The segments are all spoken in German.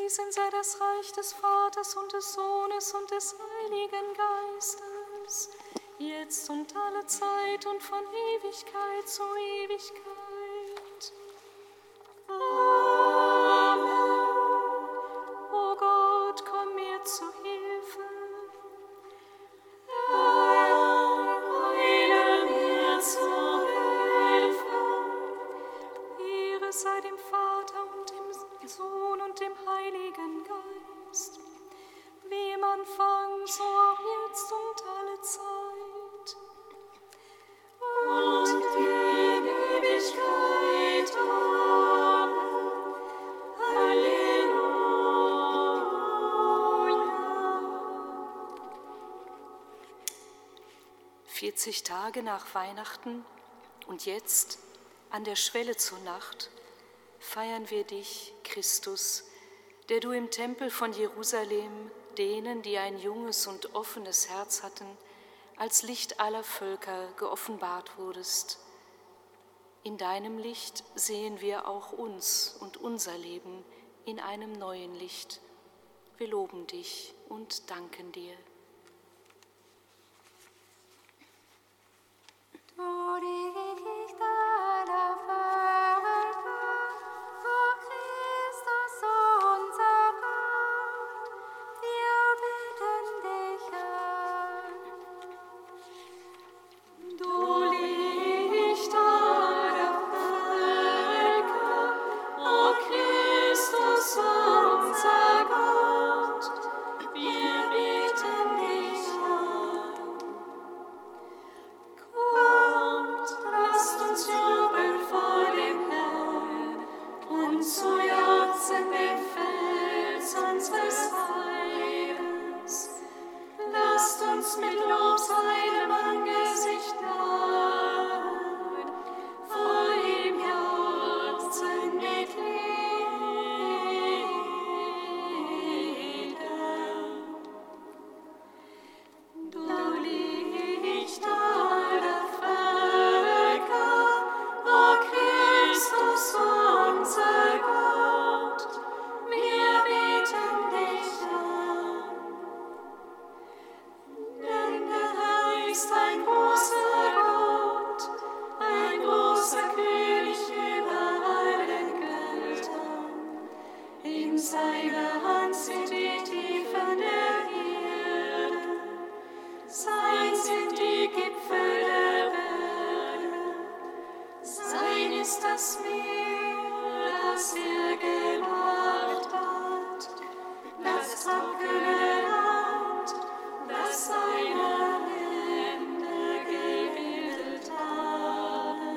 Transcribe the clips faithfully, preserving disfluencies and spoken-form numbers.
Gepriesen sei das Reich des Vaters und des Sohnes und des Heiligen Geistes, jetzt und alle Zeit und von Ewigkeit zu Ewigkeit. Amen. O Gott, komm mir zu Hilfe. Herr, eile mir zu Hilfe. Ehre sei dem Vater und dem Sohn und dem Heiligen Geist, wie im Anfang, so auch jetzt und alle Zeit und in Ewigkeit. Amen. Halleluja. vierzig Tage nach Weihnachten und jetzt an der Schwelle zur Nacht feiern wir dich, Christus, der du im Tempel von Jerusalem denen, die ein junges und offenes Herz hatten, als Licht aller Völker geoffenbart wurdest. In deinem Licht sehen wir auch uns und unser Leben in einem neuen Licht. Wir loben dich und danken dir. Du Licht aller Völker, o Christus, unser Gott, wir beten dich an. Du Licht aller Völker, o Christus, unser Gott, wir beten dich an. Kommt, lasst uns jubeln vor dem Herrn und zu jauchzen den Fels unseres Heils. Lasst uns mit Lob seinem Angesicht nahen, vor ihm jauchzen mit Liedern. Du Licht aller Völker, o Christus, unser Gott, wir beten dich an. Denn der Herr ist ein großer Gott, ein großer König über alle Götter. In seiner Hand sind die Tiefen der Erde, sein sind die Gipfel der Berge, sein ist das Meer, das er gemacht hat, das trockene Land, das seine Hände gebildet haben.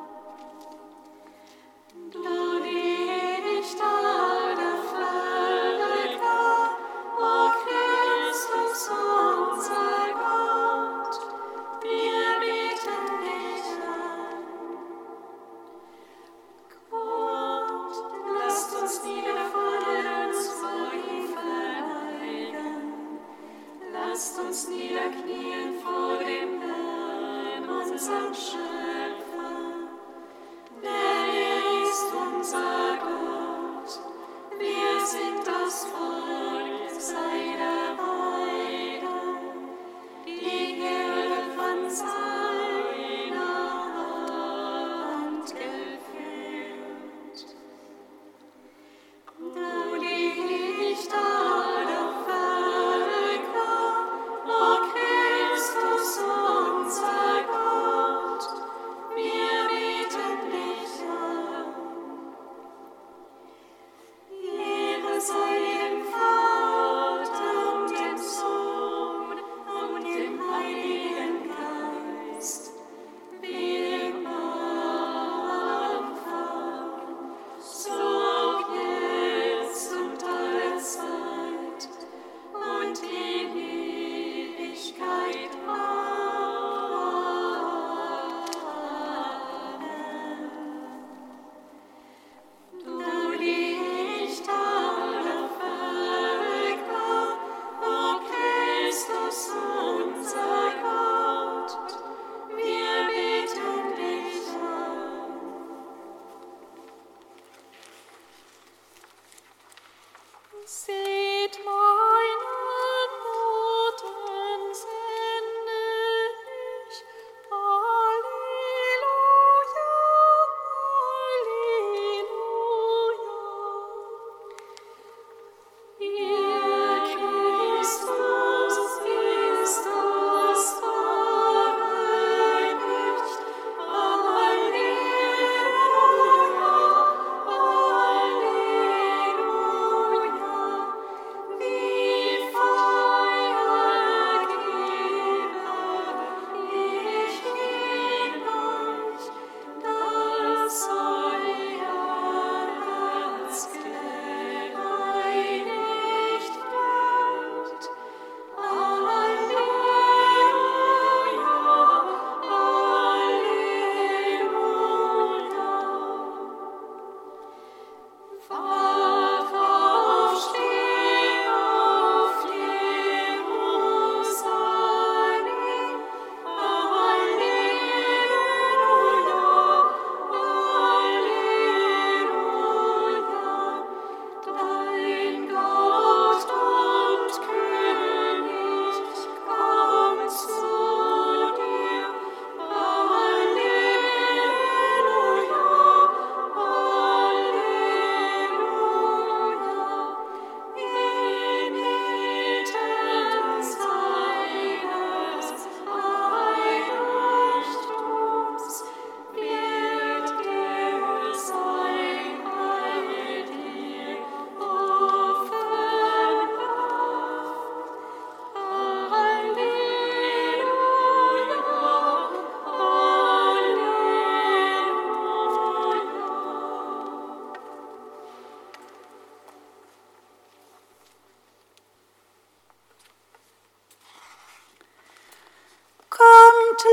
Du Licht aller Völker, o Christus, unser Gott, wir beten dich an. Kommt, lasst uns niederfallen uns vor ihm verneigen. Lasst uns niederknien vor dem Herrn, unserem Schöpfer. Denn er ist unser Gott, wir sind das Volk seiner Weide, die Herde von seiner Hand geführt. Du Licht aller Völker, o Christus, unser Gott, wir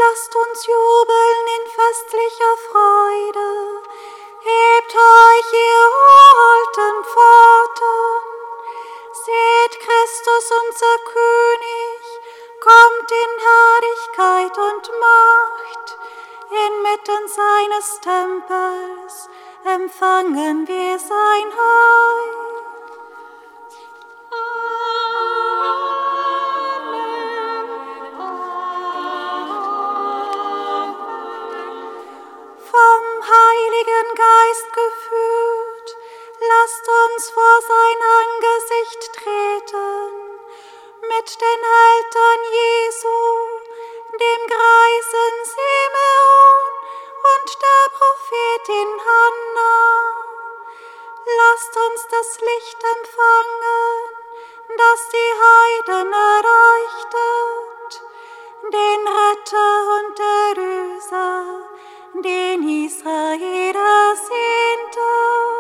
Lasst uns jubeln in festlicher Freude. Hebt euch, ihr alten Pforten. Seht, Christus, unser König, kommt in Herrlichkeit und Macht. Inmitten seines Tempels empfangen wir sein Heil. Vom Heiligen Geist geführt, lasst uns vor sein Angesicht treten, mit den Eltern Jesu, dem Greisen Simeon und der Prophetin Hannah. Lasst uns das Licht empfangen, das die Heiden erleuchtet, den Retter und Erlöser, den Israel ersehnte.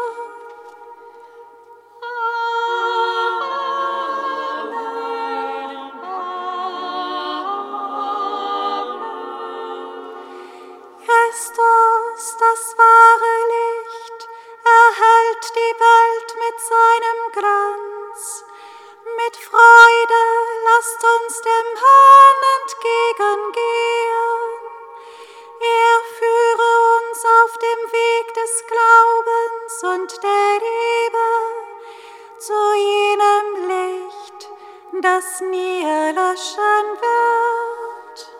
Christus, das wahre Licht, erhellt die Welt mit seinem Glanz. Mit Freude lasst uns dem Herrn entgegengehen. Er führe uns auf dem Weg des Glaubens und der Liebe zu jenem Licht, das nie erlöschen wird.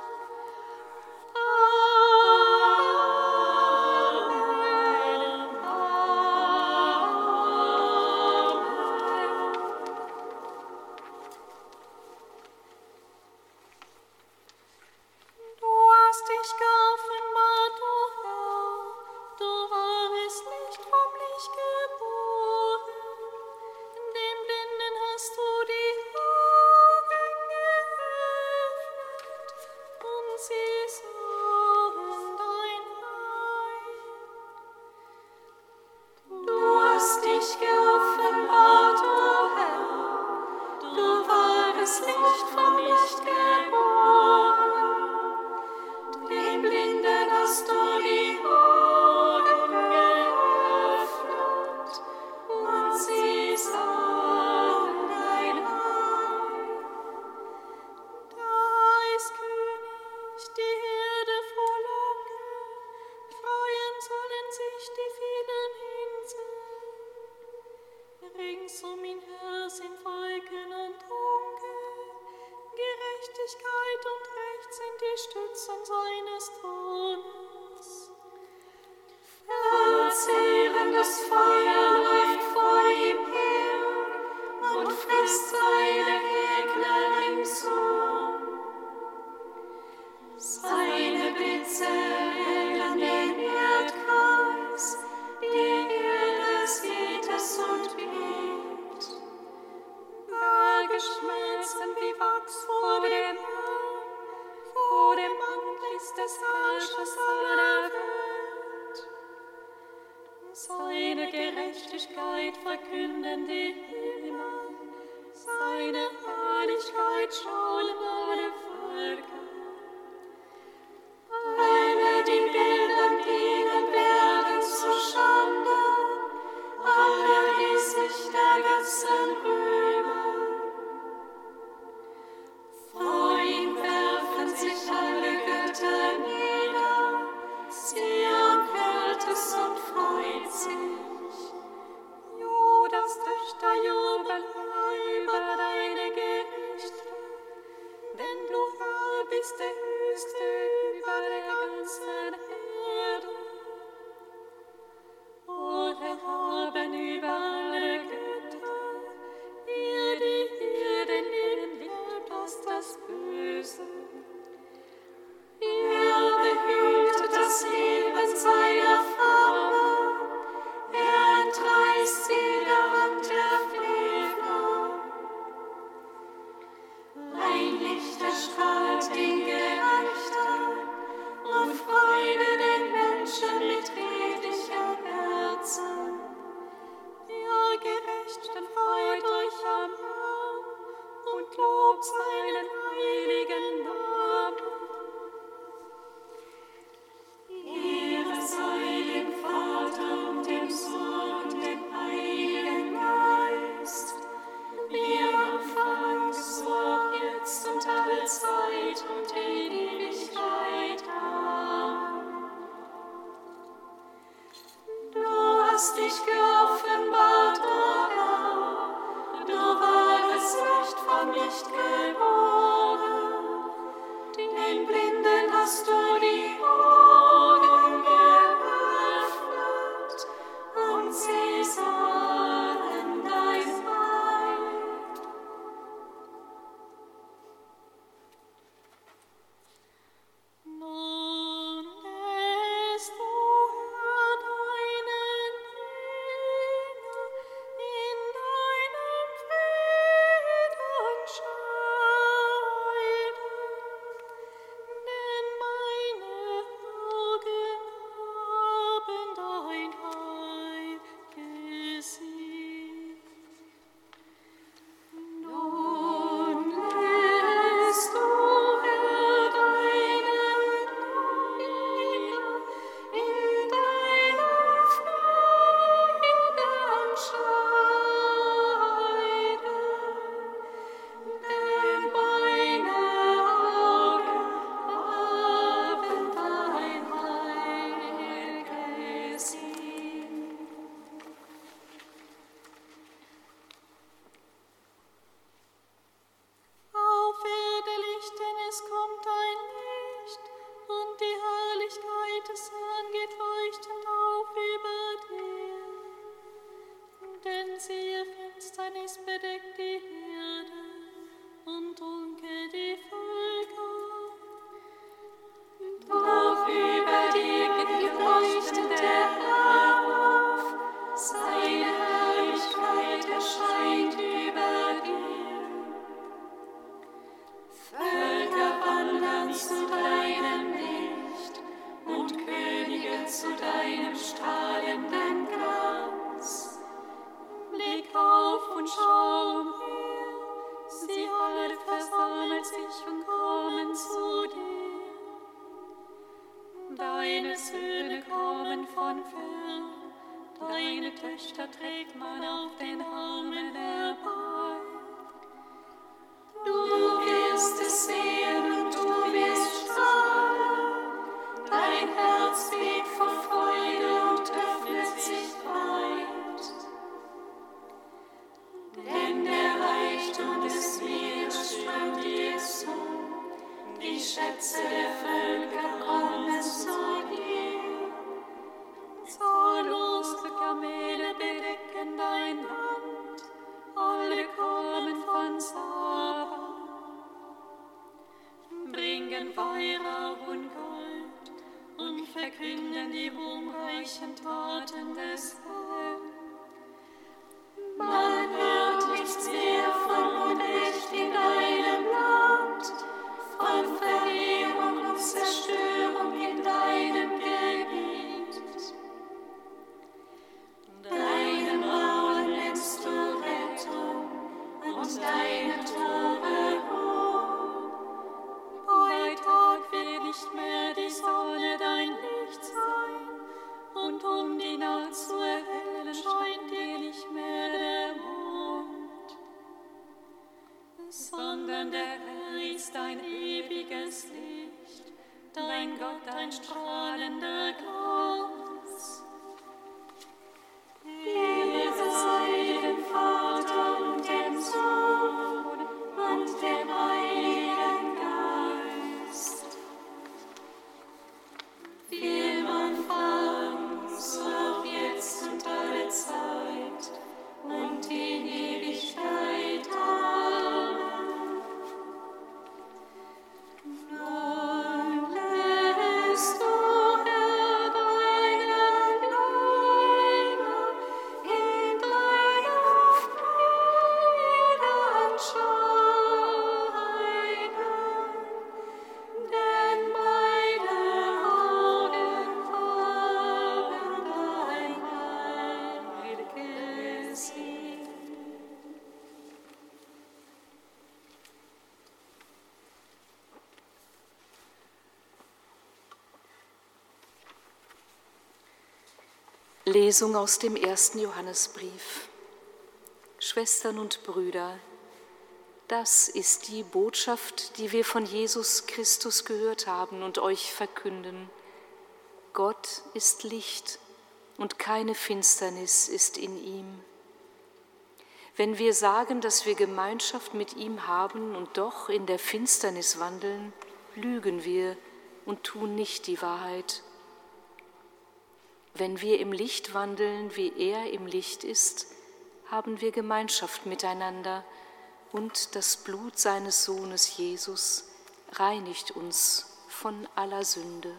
Lob seinen heiligen Namen. hast dich geoffenbart, o Herr, du wahres Licht vom Licht geboren. Den Blinden hast du die Augen geöffnet, und sie sahen dein Heil. Nun lässt du, Herr, deinen Diener in deinem Frieden scheiden, denn meine Augen haben dein Heil gesehen. Nun lässt du, Herr, deinen Diener in deinem Frieden scheiden, denn meine Augen haben dein Heil gesehen. Auf Erde Licht, denn es kommt ein Licht, und die Herrlichkeit des Herrn geht leuchtend auf über dir. Denn siehe, Finsternis bedeckt die Erde, und dunkel die Völker. Doch über dir geht leuchtend der Herr auf, seine Herrlichkeit erscheint über dir. Völker wandern zu deinem Licht und Könige zu deinem strahlenden Glanz. Blick auf und schau umher, sie alle versammeln sich und kommen zu dir. Deine Söhne kommen von fern, deine Töchter trägt man auf den Armen herbei. Du wirst es sehen und du wirst strahlen, dein Herz bebt vor Freude und öffnet sich weit. Denn der Reichtum des Meeres strömt dir zu, die Schätze der Völker kommen zu dir. Zahllose Kamele bedecken dein Land, alle kommen von Saba, bringen Weihrauch und Gold und verkünden die ruhmreichen Taten des Herrn. Man hört nichts mehr von Unrecht in deinem Land, von Verheerung und Zerstörung in deinem Gebiet. Deinen Mauern nennst du Rettung und deine Tore Ruhe. Bei Tag wird nicht mehr die Sonne dein Licht sein, und um die Nacht zu erhellen scheint dir nicht mehr der Mond, sondern der Herr ist dein ewiges Licht, dein Gott ein strahlender Glanz. Ehre sei dem Vater und dem Sohn und dem Heiligen Geist, wie im Anfang, so auch jetzt und alle Zeit und in Ewigkeit. Amen. Nun lässt du, Herr, deinen Diener in deinem Frieden scheiden, denn meine Augen haben dein Heil gesehen. Lesung aus dem ersten Johannesbrief. Schwestern und Brüder, das ist die Botschaft, die wir von Jesus Christus gehört haben und euch verkünden. Gott ist Licht und keine Finsternis ist in ihm. Wenn wir sagen, dass wir Gemeinschaft mit ihm haben und doch in der Finsternis wandeln, lügen wir und tun nicht die Wahrheit. Wenn wir im Licht wandeln, wie er im Licht ist, haben wir Gemeinschaft miteinander und das Blut seines Sohnes Jesus reinigt uns von aller Sünde.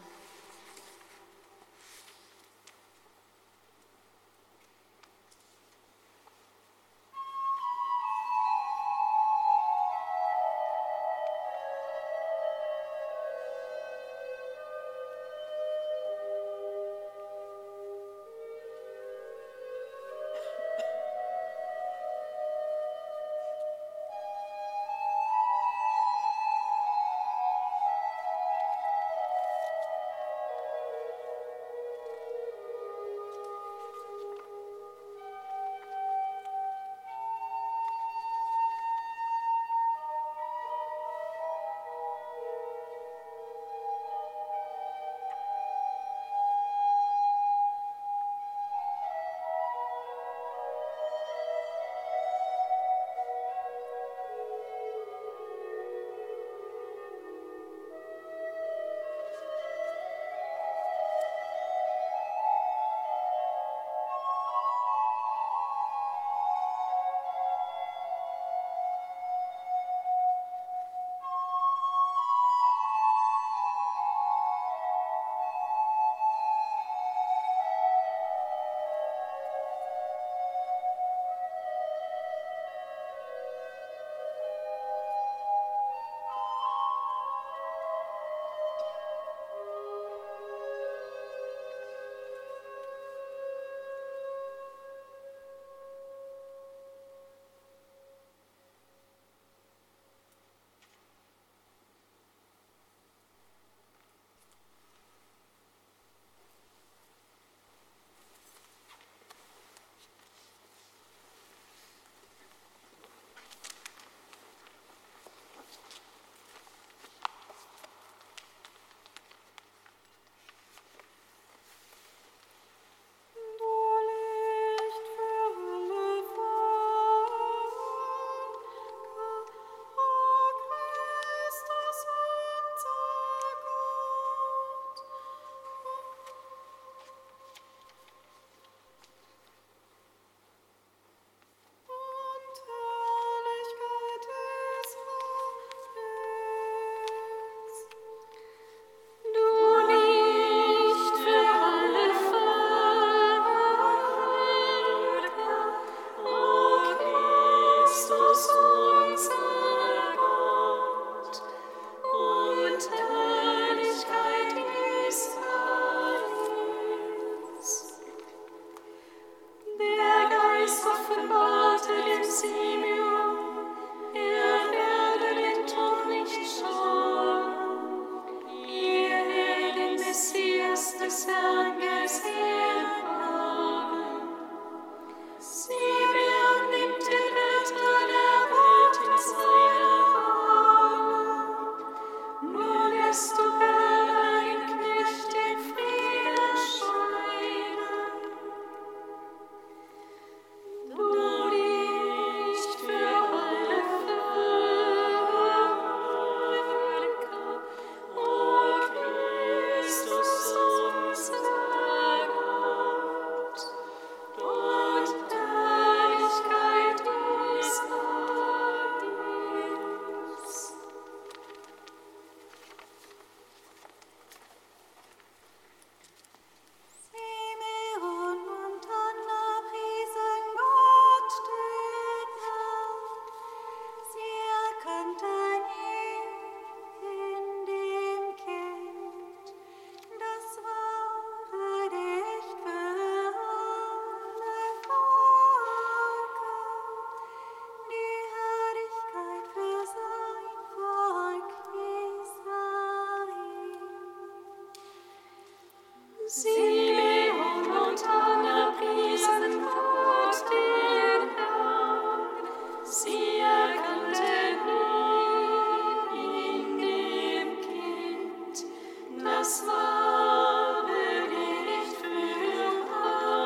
Das wahre Licht für alle.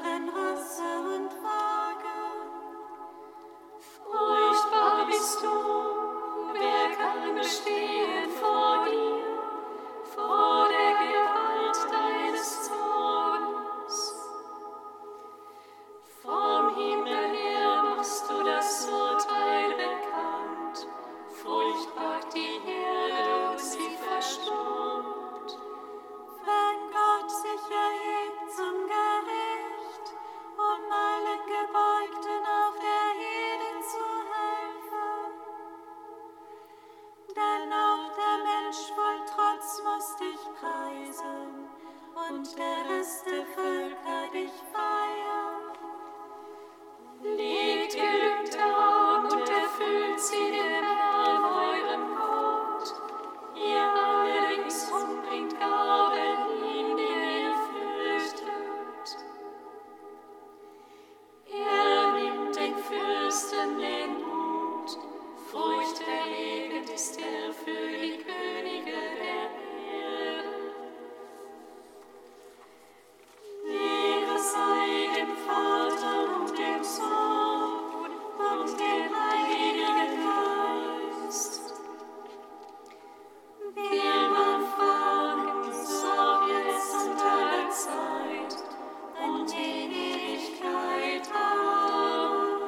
schwachen Rosse und Wagen. Furchtbar bist du, wer kann bestehen vor dir, vor der Gewalt deines Zorns? Vom Himmel her machst du das Urteil bekannt, furchtbar die Erde und sie verstummt. Wenn Gott sich erhebt zum Gericht, um allen Gebeugten auf der Erde zu helfen, denn auch der Mensch voll Trotz muss dich preisen und der Rest der Völker dich feiern. Legt Gelübde ab und erfüllt sie dem Herrn, eurem Gott. Ihr alle ringsum bringt Gaben ihm, den ihr fürchtet. Er nimmt den Fürsten den Mut, furchterregend ist er für die Könige der Erde. Ehre sei dem Vater und dem Sohn und dem Heiligen Geist, wie am Anfang, so jetzt und alle Zeit und in Ewigkeit. Amen.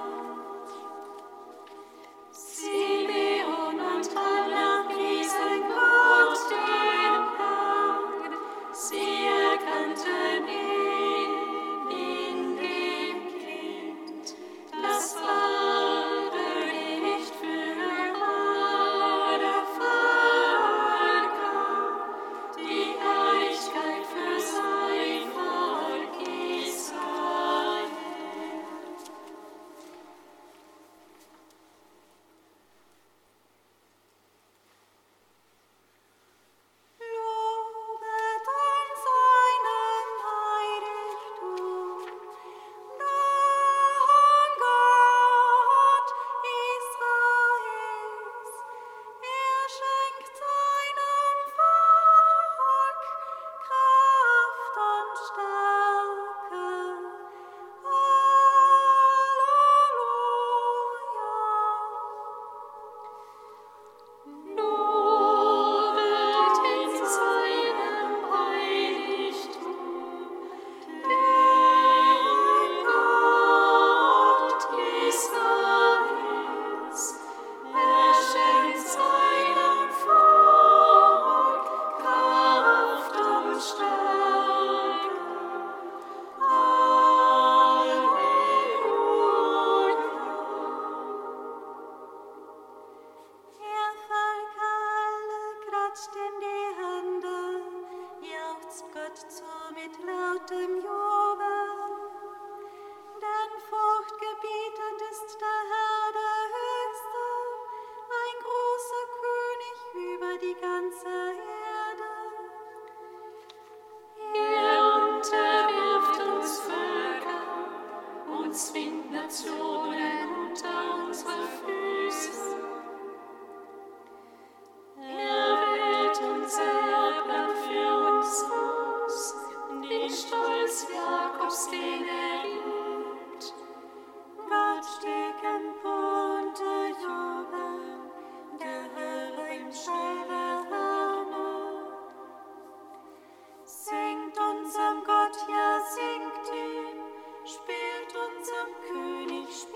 Simeon und Anna priesen Gott, den Herrn. Sie erkannten ihn in dem Kind, das wahre Licht für alle Völker, die Herrlichkeit für sein Volk Israel. Lobet an seinem Heiligtum, Dank Gott Israels. Er schenkt seinem Volk Kraft und Stärke. Halleluja. Lobet in seinem Heiligtum, den Gott Israels. Er schenkt seinem Volk Kraft und Stärke. Halleluja. Ihr Völker alle, klatscht in die Hände, jauchzt Gott zu mit lautem Jubel. Denn furchtgebietend ist der Herr, der Höchste, ein großer König über die ganze Erde. Er unterwirft uns Völker und zwingt Nationen unter unsere Füße. Er wählt unser Erbland für uns aus, den Stolz Jakobs, den er liebt. Gott stieg empor unter Jubel, der Hölle im Schall der Hörner. Singt unserem Gott, ja singt ihm, spielt unserem König,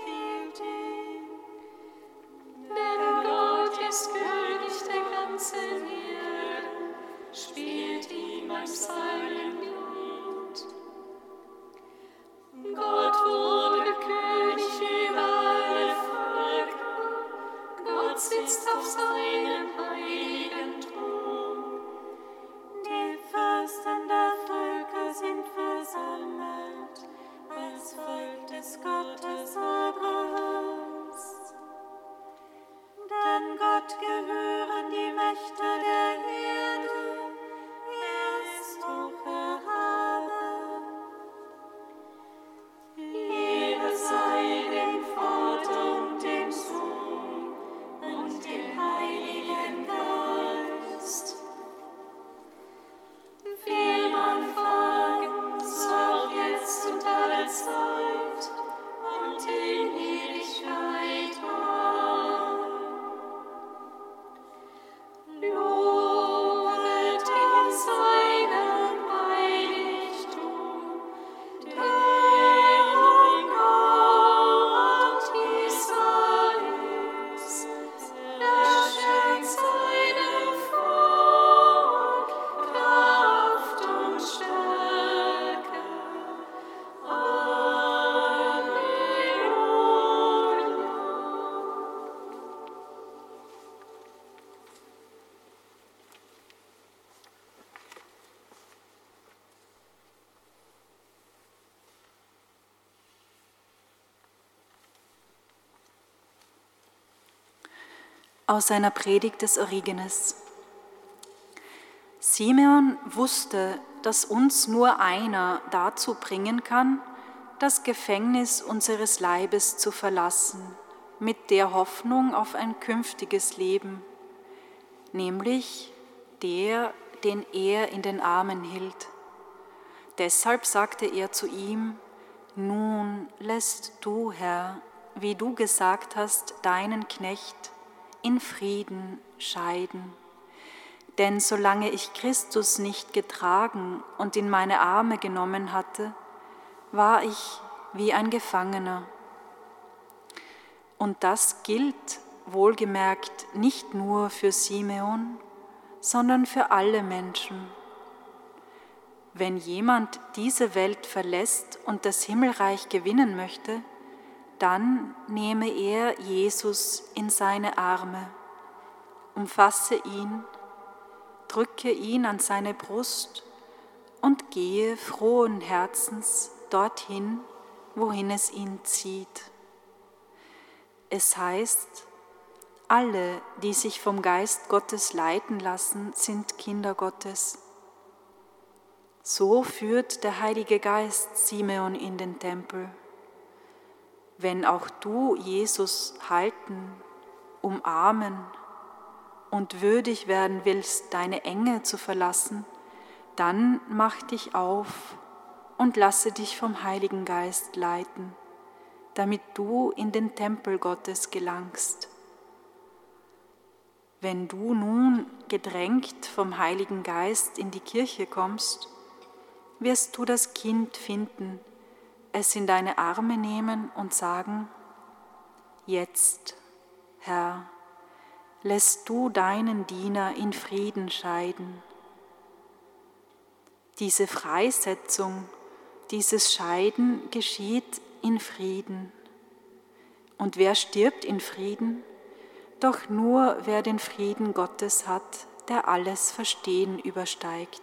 Zeit und in Ewigkeit. Amen. Lobet in seinem Heiligtum, der Gott Israels, er schenkt seinem Volk Kraft und Stärke. Aus einer Predigt des Origenes. Simeon wusste, dass uns nur einer dazu bringen kann, das Gefängnis unseres Leibes zu verlassen, mit der Hoffnung auf ein künftiges Leben, nämlich der, den er in den Armen hielt. Deshalb sagte er zu ihm: Nun lässt du, Herr, wie du gesagt hast, deinen Knecht in Frieden scheiden. Denn solange ich Christus nicht getragen und in meine Arme genommen hatte, war ich wie ein Gefangener. Und das gilt, wohlgemerkt, nicht nur für Simeon, sondern für alle Menschen. Wenn jemand diese Welt verlässt und das Himmelreich gewinnen möchte, dann nehme er Jesus in seine Arme, umfasse ihn, drücke ihn an seine Brust und gehe frohen Herzens dorthin, wohin es ihn zieht. Es heißt, alle, die sich vom Geist Gottes leiten lassen, sind Kinder Gottes. So führt der Heilige Geist Simeon in den Tempel. Wenn auch du Jesus halten, umarmen und würdig werden willst, deine Enge zu verlassen, dann mach dich auf und lasse dich vom Heiligen Geist leiten, damit du in den Tempel Gottes gelangst. Wenn du nun gedrängt vom Heiligen Geist in die Kirche kommst, wirst du das Kind finden, es in deine Arme nehmen und sagen: Jetzt, Herr, lässt du deinen Diener in Frieden scheiden. Diese Freisetzung, dieses Scheiden geschieht in Frieden. Und wer stirbt in Frieden? Doch nur wer den Frieden Gottes hat, der alles Verstehen übersteigt.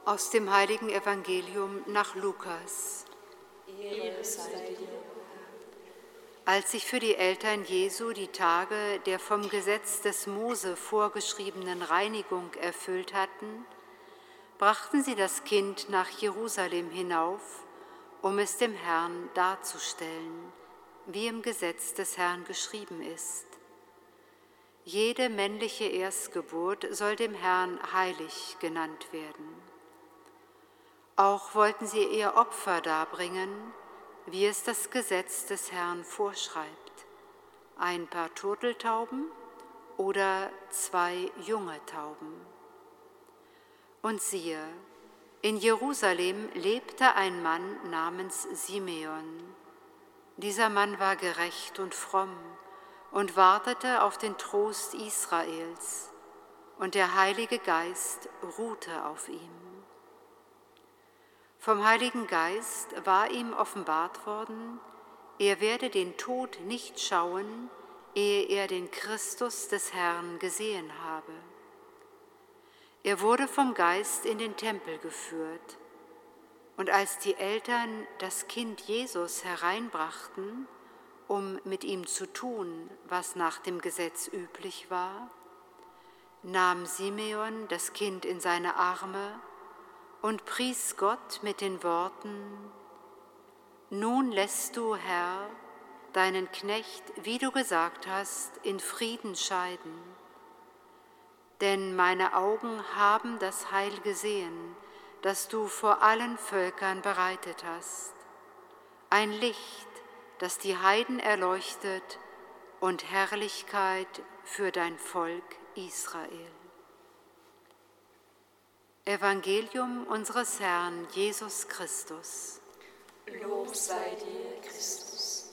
Aus dem heiligen Evangelium nach Lukas. Ehre sei dir. Als sich für die Eltern Jesu die Tage der vom Gesetz des Mose vorgeschriebenen Reinigung erfüllt hatten, brachten sie das Kind nach Jerusalem hinauf, um es dem Herrn darzustellen, wie im Gesetz des Herrn geschrieben ist. Jede männliche Erstgeburt soll dem Herrn heilig genannt werden. Auch wollten sie ihr Opfer darbringen, wie es das Gesetz des Herrn vorschreibt, ein paar Turteltauben oder zwei junge Tauben. Und siehe, in Jerusalem lebte ein Mann namens Simeon. Dieser Mann war gerecht und fromm und wartete auf den Trost Israels, und der Heilige Geist ruhte auf ihm. Vom Heiligen Geist war ihm offenbart worden, er werde den Tod nicht schauen, ehe er den Christus des Herrn gesehen habe. Er wurde vom Geist in den Tempel geführt, und als die Eltern das Kind Jesus hereinbrachten, um mit ihm zu tun, was nach dem Gesetz üblich war, nahm Simeon das Kind in seine Arme und pries Gott mit den Worten: Nun lässt du, Herr, deinen Knecht, wie du gesagt hast, in Frieden scheiden. Denn meine Augen haben das Heil gesehen, das du vor allen Völkern bereitet hast. Ein Licht, das die Heiden erleuchtet, und Herrlichkeit für dein Volk Israel. Evangelium unseres Herrn Jesus Christus. Lob sei dir, Christus.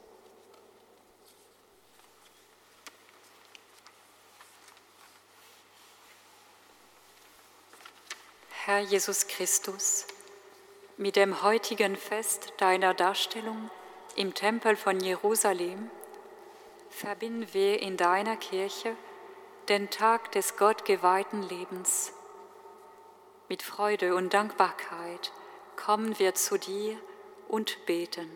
Herr Jesus Christus, mit dem heutigen Fest deiner Darstellung im Tempel von Jerusalem verbinden wir in deiner Kirche den Tag des gottgeweihten Lebens. Mit Freude und Dankbarkeit kommen wir zu dir und beten.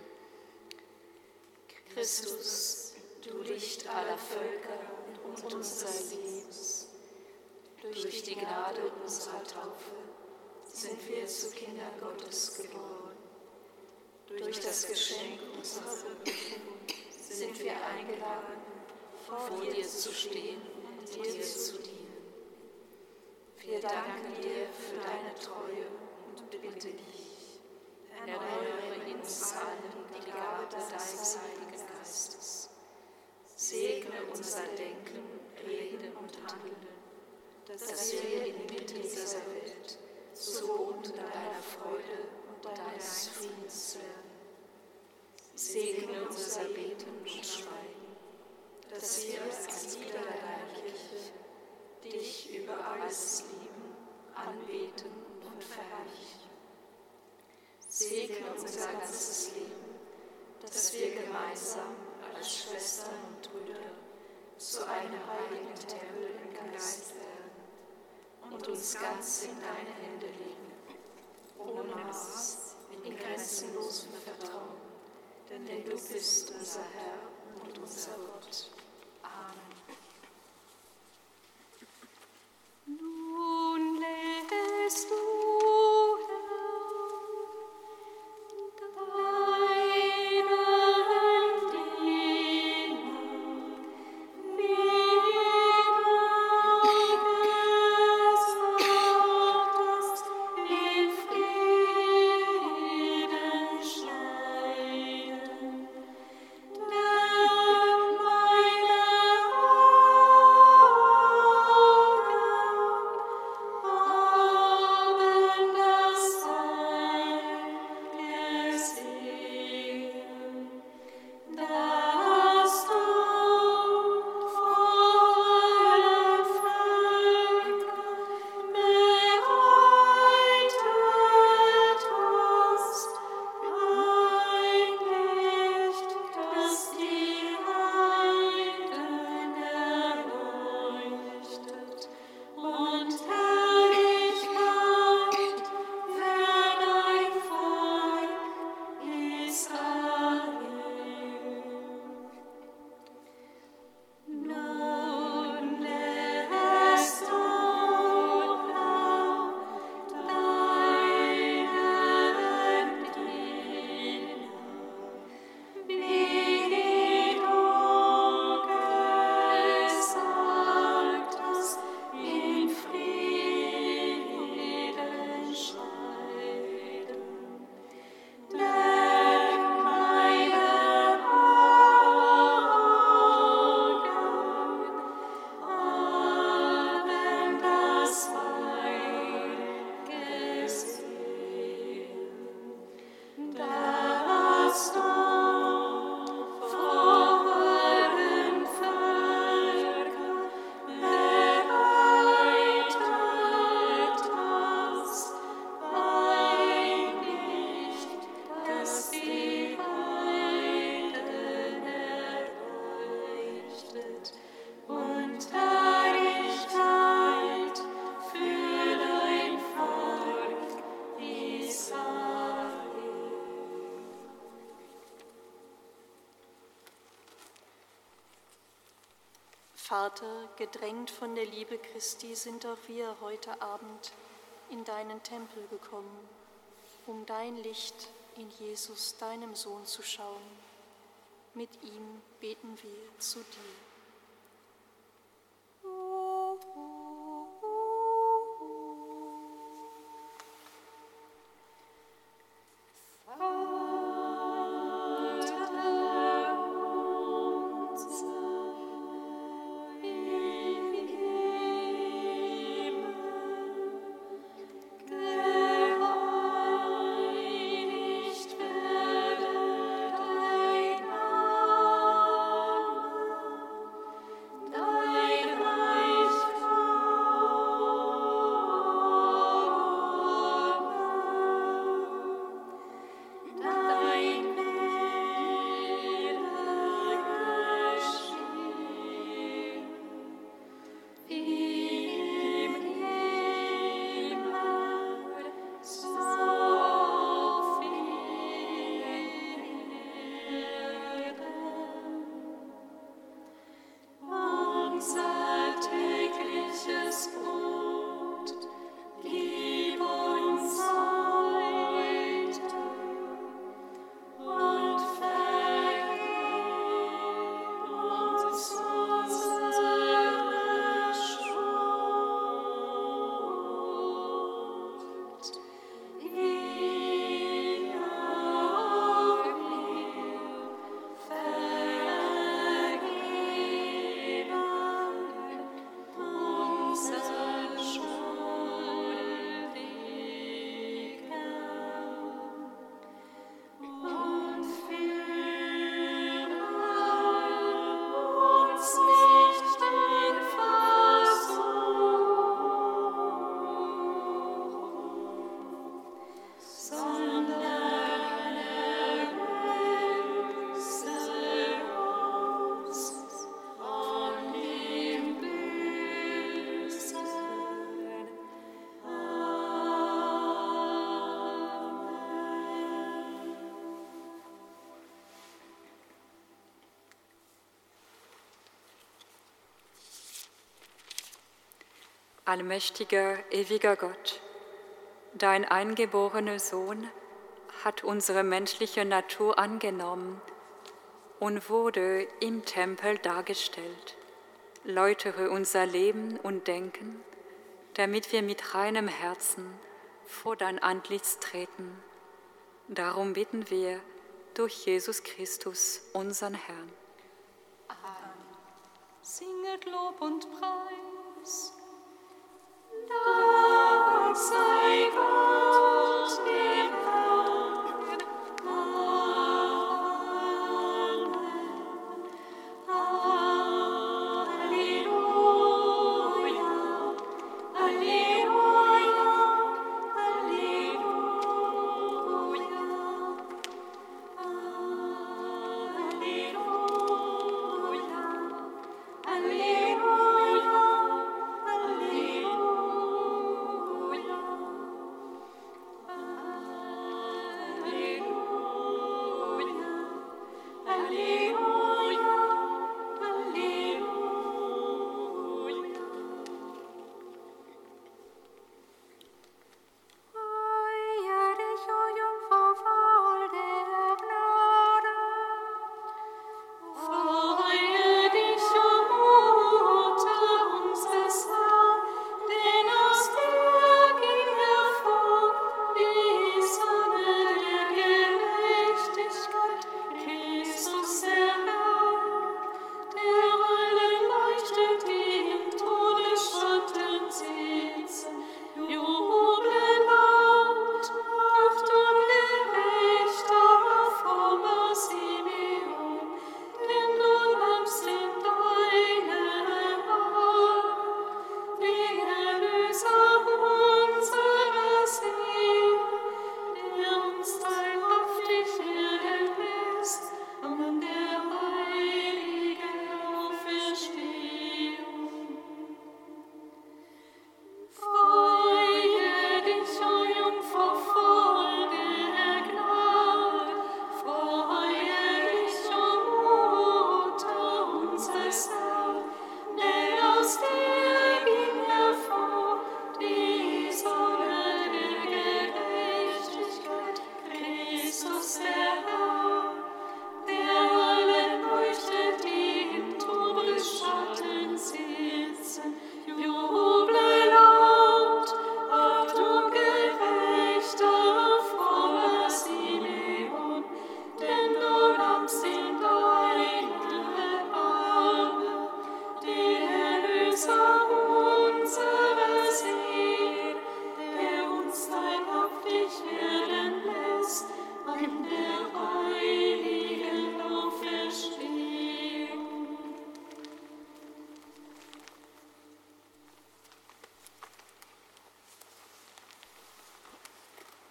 Christus, du Licht aller Völker und unseres Lebens, durch die Gnade unserer Taufe sind wir zu Kindern Gottes geboren. Durch das Geschenk unserer Berufung sind wir eingeladen, vor dir zu stehen und dir zu dienen. Wir danken dir für deine Treue und bitten dich, erneuere in uns allen die Gabe deines Heiligen Geistes. Segne unser Denken, Reden und Handeln, dass wir inmitten dieser Welt zu Boden deiner Freude und deines Friedens werden. Segne unser Beten und Schweigen, dass wir als Glieder deiner Kirche dich über alles lieben, anbeten und verherrlichen. Segne unser ganzes Leben, dass wir gemeinsam als Schwestern und Brüder zu einem heiligen Tempel im Geist werden und uns ganz in deine Hände legen, ohne Maß, in grenzenlosem Vertrauen, denn du bist unser Herr und unser Gott. Amen. Nun lässt du, Dein Vater, gedrängt von der Liebe Christi sind auch wir heute Abend in deinen Tempel gekommen, um dein Licht in Jesus, deinem Sohn, zu schauen. Mit ihm beten wir zu dir. Allmächtiger, ewiger Gott, dein eingeborener Sohn hat unsere menschliche Natur angenommen und wurde im Tempel dargestellt. Läutere unser Leben und Denken, damit wir mit reinem Herzen vor dein Antlitz treten. Darum bitten wir durch Jesus Christus, unseren Herrn. Amen. Singet Lob und Preis. Dank sei Gott, dem Herrn. Amen. Halleluja, Halleluja.